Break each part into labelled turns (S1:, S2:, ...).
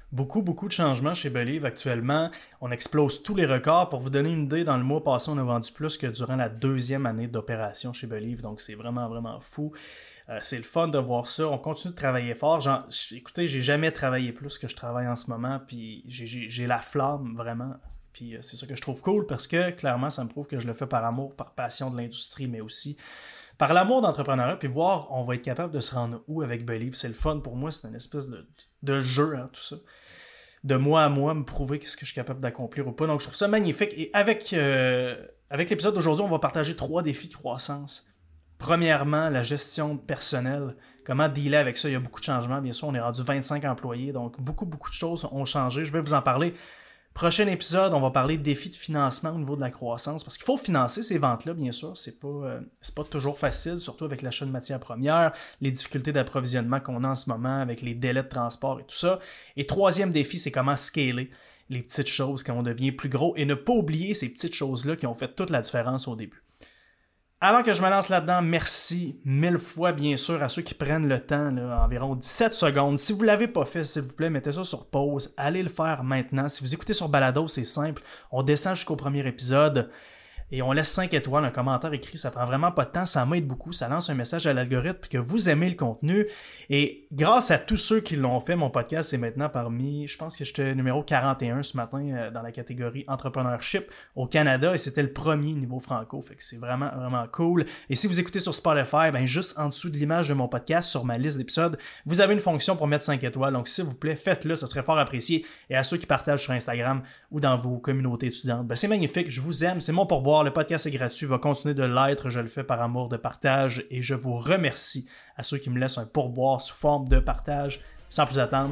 S1: Beaucoup, beaucoup de changements chez Believe actuellement. On explose tous les records. Pour vous donner une idée, dans le mois passé, on a vendu plus que durant la 2e année d'opération chez Believe. Donc, c'est vraiment, vraiment fou. C'est le fun de voir ça. On continue de travailler fort. Écoutez, j'ai jamais travaillé plus que je travaille en ce moment. Puis, j'ai la flamme, vraiment. Puis, c'est ça que je trouve cool parce que, clairement, ça me prouve que je le fais par amour, par passion de l'industrie, mais aussi par l'amour d'entrepreneuriat, puis voir, on va être capable de se rendre où avec Believe. C'est le fun pour moi, c'est une espèce de jeu, hein, tout ça. De moi à moi, me prouver qu'est-ce que je suis capable d'accomplir ou pas. Donc, je trouve ça magnifique. Et avec l'épisode d'aujourd'hui, on va partager 3 défis de croissance. Premièrement, la gestion personnelle. Comment dealer avec ça? Il y a beaucoup de changements. Bien sûr, on est rendu 25 employés, donc beaucoup, beaucoup de choses ont changé. Je vais vous en parler. Prochain épisode, on va parler de défis de financement au niveau de la croissance, parce qu'il faut financer ces ventes-là, bien sûr. C'est pas toujours facile, surtout avec l'achat de matières premières, les difficultés d'approvisionnement qu'on a en ce moment avec les délais de transport et tout ça. Et troisième défi, c'est comment scaler les petites choses quand on devient plus gros et ne pas oublier ces petites choses-là qui ont fait toute la différence au début. Avant que je me lance là-dedans, merci 1000 fois, bien sûr, à ceux qui prennent le temps, là, environ 17 secondes. Si vous ne l'avez pas fait, s'il vous plaît, mettez ça sur pause. Allez le faire maintenant. Si vous écoutez sur Balado, c'est simple. On descend jusqu'au premier épisode et on laisse 5 étoiles, un commentaire écrit. Ça prend vraiment pas de temps, ça m'aide beaucoup. Ça lance un message à l'algorithme que vous aimez le contenu. Et grâce à tous ceux qui l'ont fait, mon podcast est maintenant je pense que j'étais numéro 41 ce matin dans la catégorie Entrepreneurship au Canada et c'était le premier niveau franco. Fait que c'est vraiment, vraiment cool. Et si vous écoutez sur Spotify, juste en dessous de l'image de mon podcast, sur ma liste d'épisodes, vous avez une fonction pour mettre 5 étoiles. Donc, s'il vous plaît, faites-le, ça serait fort apprécié. Et à ceux qui partagent sur Instagram ou dans vos communautés étudiantes, c'est magnifique, je vous aime, c'est mon pourboire. Le podcast est gratuit, va continuer de l'être, je le fais par amour de partage et je vous remercie à ceux qui me laissent un pourboire sous forme de partage. Sans plus attendre.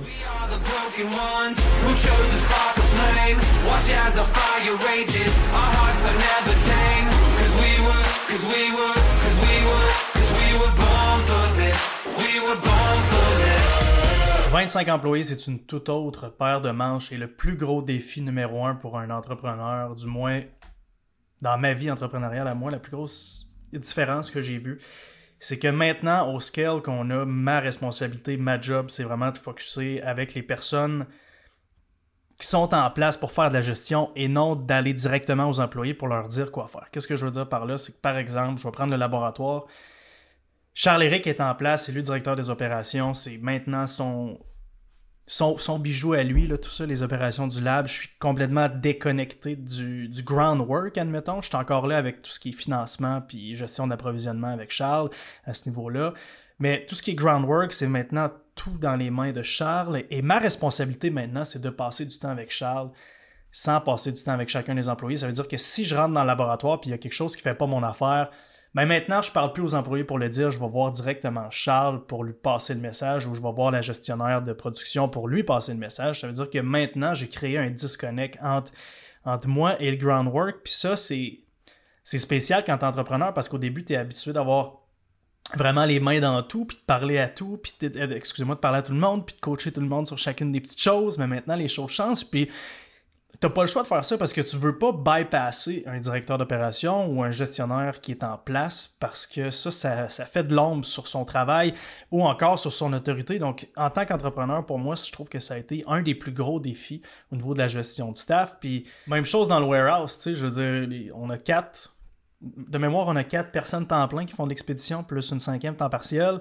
S1: « 25 employés, c'est une toute autre paire de manches et le plus gros défi numéro 1 pour un entrepreneur, du moins dans ma vie entrepreneuriale à moi, la plus grosse différence que j'ai vue, c'est que maintenant, au scale qu'on a, ma responsabilité, ma job, c'est vraiment de focusser avec les personnes qui sont en place pour faire de la gestion et non d'aller directement aux employés pour leur dire quoi faire. Qu'est-ce que je veux dire par là? C'est que, par exemple, je vais prendre le laboratoire. Charles-Éric est en place, c'est lui le directeur des opérations, c'est maintenant son bijou à lui, là, tout ça, les opérations du lab. Je suis complètement déconnecté du groundwork, admettons. Je suis encore là avec tout ce qui est financement puis gestion d'approvisionnement avec Charles à ce niveau-là. Mais tout ce qui est groundwork, c'est maintenant tout dans les mains de Charles. Et ma responsabilité maintenant, c'est de passer du temps avec Charles sans passer du temps avec chacun des employés. Ça veut dire que si je rentre dans le laboratoire puis il y a quelque chose qui ne fait pas mon affaire, maintenant, je ne parle plus aux employés pour le dire, je vais voir directement Charles pour lui passer le message ou je vais voir la gestionnaire de production pour lui passer le message. Ça veut dire que maintenant, j'ai créé un disconnect entre moi et le groundwork. Puis ça, c'est spécial quand tu es entrepreneur parce qu'au début, tu es habitué d'avoir vraiment les mains dans tout, puis de parler à tout, puis de parler à tout le monde, puis de coacher tout le monde sur chacune des petites choses. Mais maintenant, les choses changent, puis t'as pas le choix de faire ça parce que tu veux pas bypasser un directeur d'opération ou un gestionnaire qui est en place parce que ça fait de l'ombre sur son travail ou encore sur son autorité. Donc, en tant qu'entrepreneur, pour moi, je trouve que ça a été un des plus gros défis au niveau de la gestion de staff. Puis, même chose dans le warehouse, tu sais, je veux dire, on a 4 personnes temps plein qui font de l'expédition plus une 5e temps partiel.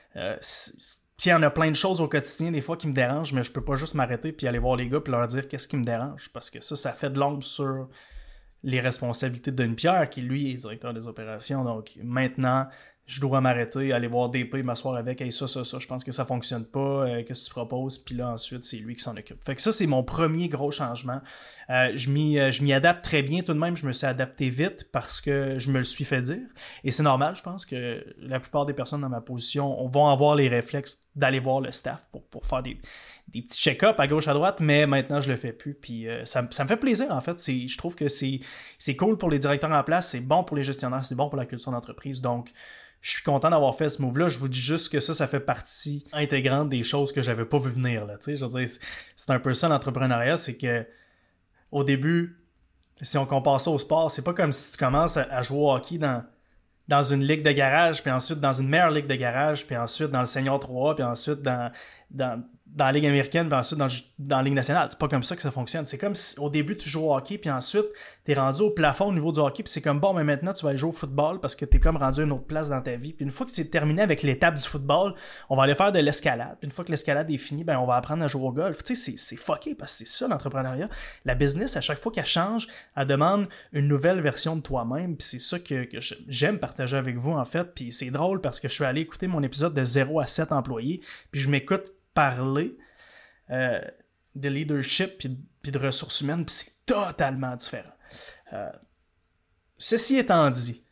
S1: Il y en a plein de choses au quotidien des fois qui me dérangent, mais je peux pas juste m'arrêter puis aller voir les gars puis leur dire qu'est-ce qui me dérange parce que ça fait de l'ombre sur les responsabilités de Denis Pierre qui lui est directeur des opérations. Donc maintenant, je dois m'arrêter, aller voir DP, m'asseoir avec, hey, ça, je pense que ça fonctionne pas, qu'est-ce que tu proposes? Puis là, ensuite, c'est lui qui s'en occupe. Fait que ça, c'est mon premier gros changement. Je m'y adapte très bien tout de même, je me suis adapté vite parce que je me le suis fait dire. Et c'est normal, je pense que la plupart des personnes dans ma position vont avoir les réflexes d'aller voir le staff pour faire des petits check-ups à gauche à droite, mais maintenant je le fais plus, puis ça me fait plaisir en fait. Je trouve que c'est cool pour les directeurs en place, c'est bon pour les gestionnaires, c'est bon pour la culture d'entreprise, donc je suis content d'avoir fait ce move-là. Je vous dis juste que ça fait partie intégrante des choses que j'avais pas vu venir, là, tu sais. Je veux dire, c'est un peu ça l'entrepreneuriat, c'est que au début, si on compare ça au sport, c'est pas comme si tu commences à jouer au hockey dans une ligue de garage, puis ensuite dans une meilleure ligue de garage, puis ensuite dans le Senior 3, puis ensuite dans dans la Ligue américaine, puis ensuite dans la Ligue nationale. C'est pas comme ça que ça fonctionne. C'est comme si au début, tu joues au hockey, puis ensuite, t'es rendu au plafond au niveau du hockey, puis c'est comme, bon, mais maintenant, tu vas aller jouer au football parce que t'es comme rendu à une autre place dans ta vie. Puis une fois que c'est terminé avec l'étape du football, on va aller faire de l'escalade. Puis une fois que l'escalade est finie, ben on va apprendre à jouer au golf. Tu sais, c'est fucké parce que c'est ça, l'entrepreneuriat. La business, à chaque fois qu'elle change, elle demande une nouvelle version de toi-même, puis c'est ça que j'aime partager avec vous, en fait. Puis c'est drôle parce que je suis allé écouter mon épisode de 0 à 7 employés, puis je m'écoute parler de leadership puis de ressources humaines, puis c'est totalement différent. Ceci étant dit,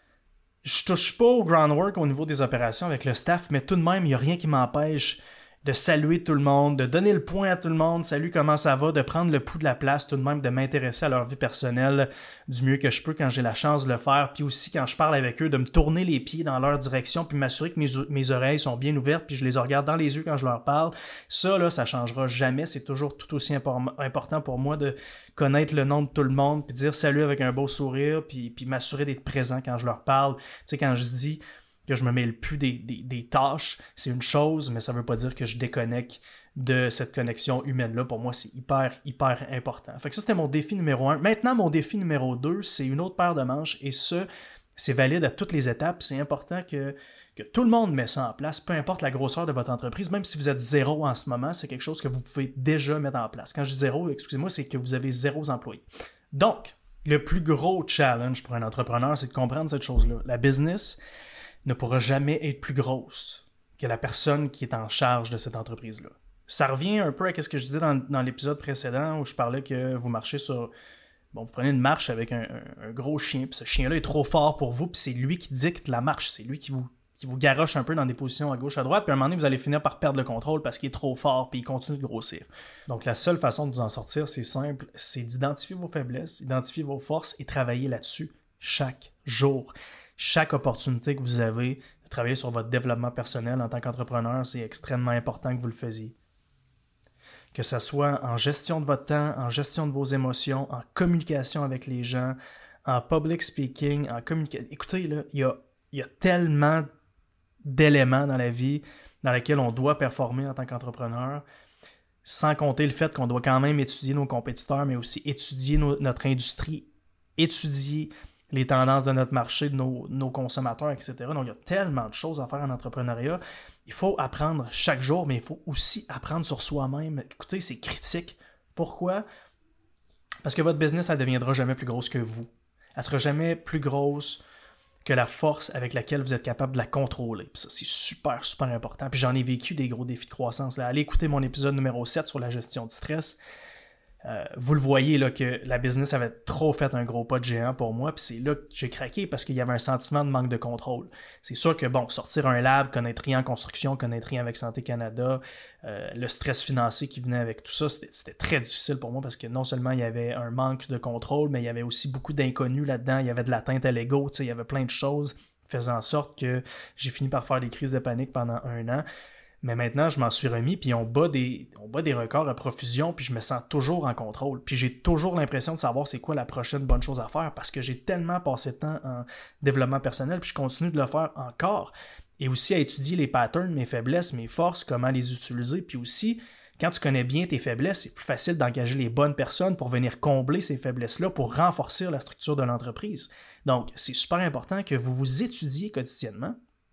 S1: je touche pas au groundwork au niveau des opérations avec le staff, mais tout de même, il n'y a rien qui m'empêche de saluer tout le monde, de donner le point à tout le monde, salut, comment ça va, de prendre le pouls de la place tout de même, de m'intéresser à leur vie personnelle du mieux que je peux quand j'ai la chance de le faire, puis aussi quand je parle avec eux, de me tourner les pieds dans leur direction, puis m'assurer que mes oreilles sont bien ouvertes, puis je les regarde dans les yeux quand je leur parle. Ça, là, ça changera jamais, c'est toujours tout aussi important pour moi de connaître le nom de tout le monde, puis dire salut avec un beau sourire, puis m'assurer d'être présent quand je leur parle. Tu sais, quand je dis que je me mêle plus des tâches, c'est une chose, mais ça veut pas dire que je déconnecte de cette connexion humaine-là. Pour moi, c'est hyper, hyper important. Fait que ça, c'était mon défi numéro 1. Maintenant, mon défi numéro 2, c'est une autre paire de manches, et ça, c'est valide à toutes les étapes. C'est important que tout le monde met ça en place, peu importe la grosseur de votre entreprise, même si vous êtes 0 en ce moment, c'est quelque chose que vous pouvez déjà mettre en place. Quand je dis 0, excusez-moi, c'est que vous avez 0 employés. Donc, le plus gros challenge pour un entrepreneur, c'est de comprendre cette chose-là. La business ne pourra jamais être plus grosse que la personne qui est en charge de cette entreprise-là. Ça revient un peu à ce que je disais dans l'épisode précédent où je parlais que vous marchez sur... Bon, vous prenez une marche avec un gros chien, puis ce chien-là est trop fort pour vous, puis c'est lui qui dicte la marche, c'est lui qui vous garoche un peu dans des positions à gauche, à droite, puis à un moment donné, vous allez finir par perdre le contrôle parce qu'il est trop fort, puis il continue de grossir. Donc la seule façon de vous en sortir, c'est simple, c'est d'identifier vos faiblesses, identifier vos forces et travailler là-dessus chaque jour. Chaque opportunité que vous avez de travailler sur votre développement personnel en tant qu'entrepreneur, c'est extrêmement important que vous le faisiez. Que ce soit en gestion de votre temps, en gestion de vos émotions, en communication avec les gens, en public speaking, en communication. Écoutez, là, il y a tellement d'éléments dans la vie dans lesquels on doit performer en tant qu'entrepreneur, sans compter le fait qu'on doit quand même étudier nos compétiteurs, mais aussi étudier notre industrie, étudier les tendances de notre marché, de nos consommateurs, etc. Donc, il y a tellement de choses à faire en entrepreneuriat. Il faut apprendre chaque jour, mais il faut aussi apprendre sur soi-même. Écoutez, c'est critique. Pourquoi? Parce que votre business, elle ne deviendra jamais plus grosse que vous. Elle ne sera jamais plus grosse que la force avec laquelle vous êtes capable de la contrôler. Puis ça, c'est super, super important. Puis j'en ai vécu des gros défis de croissance. Là. Allez écouter mon épisode numéro 7 sur la gestion du stress. Vous le voyez là, que la business avait trop fait un gros pas de géant pour moi, puis c'est là que j'ai craqué parce qu'il y avait un sentiment de manque de contrôle. C'est sûr que bon, sortir un lab, connaître rien en construction, connaître rien avec Santé Canada, le stress financier qui venait avec tout ça, c'était très difficile pour moi parce que non seulement il y avait un manque de contrôle, mais il y avait aussi beaucoup d'inconnus là-dedans, il y avait de l'atteinte à l'ego, il y avait plein de choses faisant en sorte que j'ai fini par faire des crises de panique pendant 1 an. Mais maintenant, je m'en suis remis, puis on bat des records à profusion, puis je me sens toujours en contrôle. Puis j'ai toujours l'impression de savoir c'est quoi la prochaine bonne chose à faire, parce que j'ai tellement passé de temps en développement personnel, puis je continue de le faire encore. Et aussi à étudier les patterns, mes faiblesses, mes forces, comment les utiliser. Puis aussi, quand tu connais bien tes faiblesses, c'est plus facile d'engager les bonnes personnes pour venir combler ces faiblesses-là, pour renforcer la structure de l'entreprise. Donc, c'est super important que vous vous étudiez quotidiennement.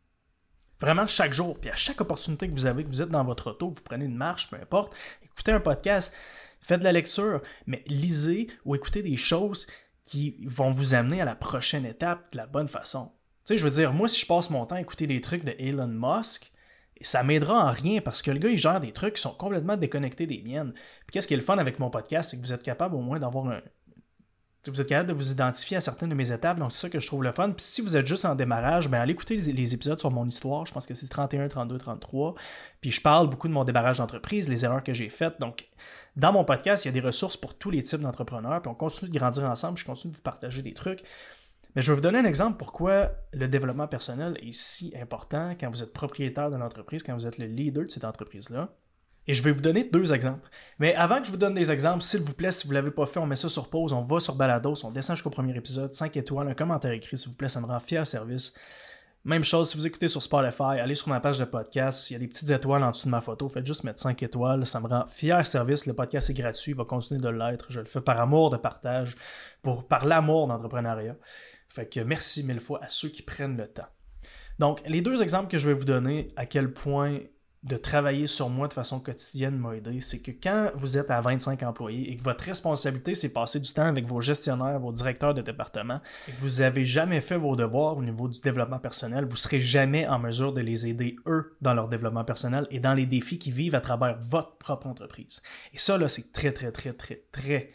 S1: Vraiment chaque jour, puis à chaque opportunité que vous avez, que vous êtes dans votre auto, que vous prenez une marche, peu importe, écoutez un podcast, faites de la lecture, mais lisez ou écoutez des choses qui vont vous amener à la prochaine étape de la bonne façon. Tu sais, je veux dire, moi, si je passe mon temps à écouter des trucs de Elon Musk, ça m'aidera en rien parce que le gars, il gère des trucs qui sont complètement déconnectés des miennes. Puis qu'est-ce qui est le fun avec mon podcast, c'est que vous êtes capable au moins d'avoir un... Vous êtes capable de vous identifier à certaines de mes étapes, donc c'est ça que je trouve le fun. Puis si vous êtes juste en démarrage, ben allez écouter les épisodes sur mon histoire, je pense que c'est 31, 32, 33. Puis je parle beaucoup de mon démarrage d'entreprise, les erreurs que j'ai faites. Donc dans mon podcast, il y a des ressources pour tous les types d'entrepreneurs, puis on continue de grandir ensemble, je continue de vous partager des trucs. Mais je vais vous donner un exemple pourquoi le développement personnel est si important quand vous êtes propriétaire de l'entreprise, quand vous êtes le leader de cette entreprise-là. Et je vais vous donner 2 exemples. Mais avant que je vous donne des exemples, s'il vous plaît, si vous ne l'avez pas fait, on met ça sur pause, on va sur Balados, on descend jusqu'au premier épisode, 5 étoiles, un commentaire écrit, s'il vous plaît, ça me rend fier service. Même chose, si vous écoutez sur Spotify, allez sur ma page de podcast, il y a des petites étoiles en dessous de ma photo, faites juste mettre 5 étoiles, ça me rend fier service, le podcast est gratuit, il va continuer de l'être, je le fais par amour de partage, par l'amour d'entrepreneuriat. Fait que merci mille fois à ceux qui prennent le temps. Donc, les 2 exemples que je vais vous donner, à quel point de travailler sur moi de façon quotidienne m'a aidé, c'est que quand vous êtes à 25 employés et que votre responsabilité, c'est passer du temps avec vos gestionnaires, vos directeurs de département, et que vous n'avez jamais fait vos devoirs au niveau du développement personnel, vous ne serez jamais en mesure de les aider, eux, dans leur développement personnel et dans les défis qu'ils vivent à travers votre propre entreprise. Et ça, là, c'est très, très, très, très, très,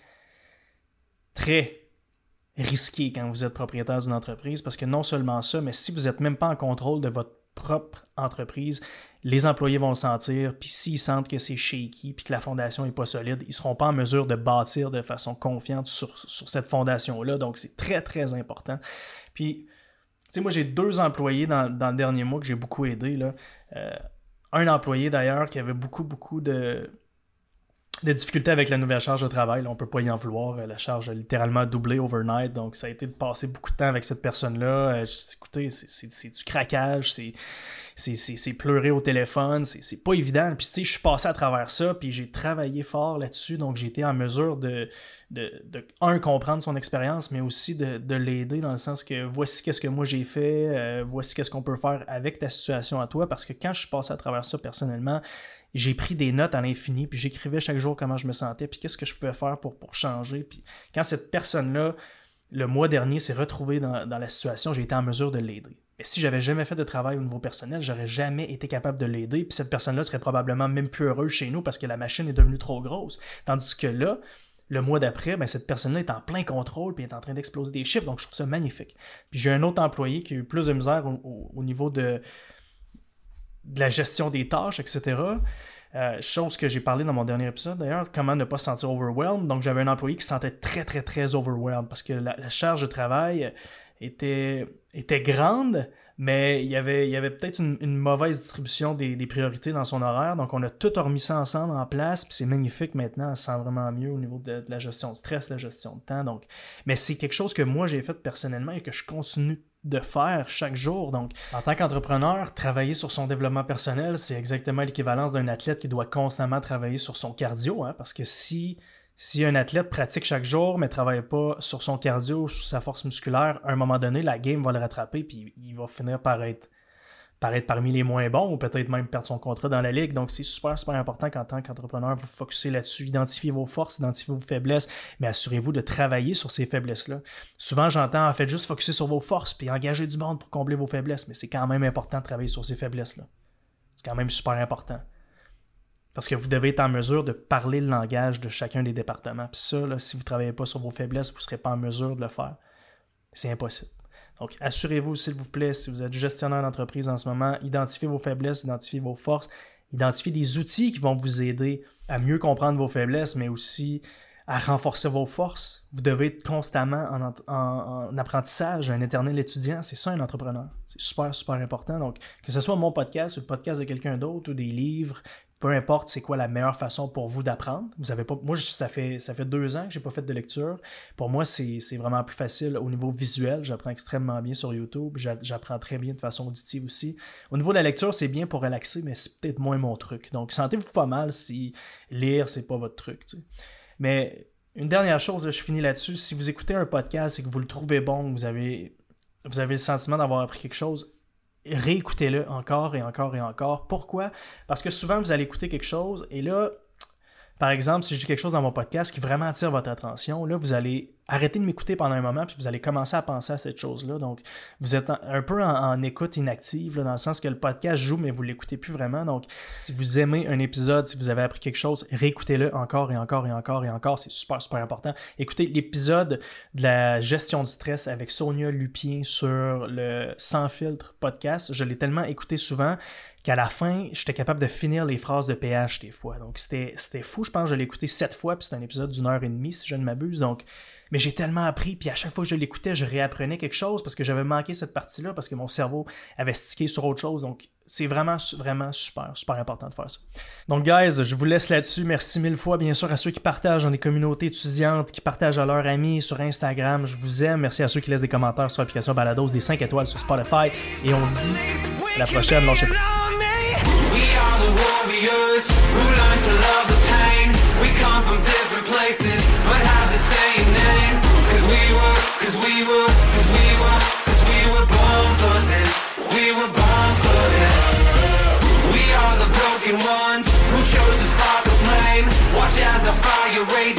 S1: très risqué quand vous êtes propriétaire d'une entreprise, parce que non seulement ça, mais si vous n'êtes même pas en contrôle de votre propre entreprise, les employés vont le sentir, puis s'ils sentent que c'est shaky, puis que la fondation n'est pas solide, ils ne seront pas en mesure de bâtir de façon confiante sur cette fondation-là, donc c'est très, très important. Puis, tu sais, moi j'ai 2 employés dans le dernier mois que j'ai beaucoup aidé, là. Un employé d'ailleurs qui avait beaucoup de difficultés avec la nouvelle charge de travail, là, on ne peut pas y en vouloir, la charge a littéralement doublé overnight, donc ça a été de passer beaucoup de temps avec cette personne-là. Écoutez, c'est du craquage, c'est pleurer au téléphone, c'est pas évident. Puis tu sais, je suis passé à travers ça, puis j'ai travaillé fort là-dessus, donc j'ai été en mesure de comprendre son expérience, mais aussi de l'aider dans le sens que voici qu'est-ce que moi j'ai fait, voici qu'est-ce qu'on peut faire avec ta situation à toi, parce que quand je suis passé à travers ça personnellement, j'ai pris des notes à l'infini, puis j'écrivais chaque jour comment je me sentais, puis qu'est-ce que je pouvais faire pour changer. Puis quand cette personne-là, le mois dernier, s'est retrouvée dans la situation, j'ai été en mesure de l'aider. Mais si j'avais jamais fait de travail au niveau personnel, j'aurais jamais été capable de l'aider, puis cette personne-là serait probablement même plus heureuse chez nous parce que la machine est devenue trop grosse. Tandis que là, le mois d'après, ben, cette personne-là est en plein contrôle puis est en train d'exploser des chiffres, donc je trouve ça magnifique. Puis j'ai un autre employé qui a eu plus de misère au niveau de la gestion des tâches, etc. Chose que j'ai parlé dans mon dernier épisode d'ailleurs, comment ne pas se sentir overwhelmed. Donc j'avais un employé qui se sentait très très très overwhelmed parce que la charge de travail était grande, mais il y avait peut-être une mauvaise distribution des priorités dans son horaire, donc on a tout remis ça ensemble en place, puis c'est magnifique maintenant, elle se sent vraiment mieux au niveau de la gestion de stress, la gestion de temps, donc. Mais c'est quelque chose que moi j'ai fait personnellement et que je continue de faire chaque jour. Donc, en tant qu'entrepreneur, travailler sur son développement personnel, c'est exactement l'équivalence d'un athlète qui doit constamment travailler sur son cardio, hein, parce que si un athlète pratique chaque jour, mais ne travaille pas sur son cardio, sur sa force musculaire, à un moment donné, la game va le rattraper, puis il va finir par être parmi les moins bons, ou peut-être même perdre son contrat dans la ligue. Donc, c'est super, super important qu'en tant qu'entrepreneur, vous focussez là-dessus, identifiez vos forces, identifiez vos faiblesses, mais assurez-vous de travailler sur ces faiblesses-là. Souvent, j'entends, en fait, juste focuser sur vos forces, puis engager du monde pour combler vos faiblesses, mais c'est quand même important de travailler sur ces faiblesses-là. C'est quand même super important. Parce que vous devez être en mesure de parler le langage de chacun des départements. Puis ça, là, si vous ne travaillez pas sur vos faiblesses, vous ne serez pas en mesure de le faire. C'est impossible. Donc, assurez-vous, s'il vous plaît, si vous êtes gestionnaire d'entreprise en ce moment, identifiez vos faiblesses, identifiez vos forces, identifiez des outils qui vont vous aider à mieux comprendre vos faiblesses, mais aussi à renforcer vos forces. Vous devez être constamment en apprentissage, un éternel étudiant. C'est ça, un entrepreneur. C'est super, super important. Donc, que ce soit mon podcast ou le podcast de quelqu'un d'autre ou des livres, peu importe c'est quoi la meilleure façon pour vous d'apprendre. Vous avez pas, moi, ça fait 2 ans que j'ai pas fait de lecture. Pour moi, c'est vraiment plus facile au niveau visuel. J'apprends extrêmement bien sur YouTube. J'apprends très bien de façon auditive aussi. Au niveau de la lecture, c'est bien pour relaxer, mais c'est peut-être moins mon truc. Donc, sentez-vous pas mal si lire, c'est pas votre truc. Tu sais. Mais une dernière chose, là, je finis là-dessus. Si vous écoutez un podcast et que vous le trouvez bon, vous avez le sentiment d'avoir appris quelque chose, réécoutez-le encore et encore et encore. Pourquoi? Parce que souvent, vous allez écouter quelque chose et là, par exemple, si je dis quelque chose dans mon podcast qui vraiment attire votre attention, là, vous allez arrêter de m'écouter pendant un moment puis vous allez commencer à penser à cette chose-là. Donc, vous êtes un peu en écoute inactive, là, dans le sens que le podcast joue, mais vous ne l'écoutez plus vraiment. Donc, si vous aimez un épisode, si vous avez appris quelque chose, réécoutez-le encore et encore et encore et encore. C'est super, super important. Écoutez l'épisode de la gestion du stress avec Sonia Lupien sur le Sans Filtre podcast. Je l'ai tellement écouté souvent. qu'à la fin, j'étais capable de finir les phrases de PH des fois. Donc c'était fou, je pense que je l'ai écouté 7 fois, puis c'est un épisode d'1h30 si je ne m'abuse. Donc, mais j'ai tellement appris, puis à chaque fois que je l'écoutais, je réapprenais quelque chose parce que j'avais manqué cette partie-là, parce que mon cerveau avait stické sur autre chose. Donc c'est vraiment, vraiment super important de faire ça. Donc guys, je vous laisse là-dessus. Merci 1000 fois, bien sûr, à ceux qui partagent dans les communautés étudiantes, qui partagent à leurs amis sur Instagram. Je vous aime. Merci à ceux qui laissent des commentaires sur l'application Balados, des 5 étoiles sur Spotify. Et on se dit à la prochaine. Lâchez pas.
S2: We are the warriors who learn to love the pain. We come from different places, but have the same name. Cause we were born for this. We were born for this. We are the broken ones who chose to spark a flame. Watch as our fire rages.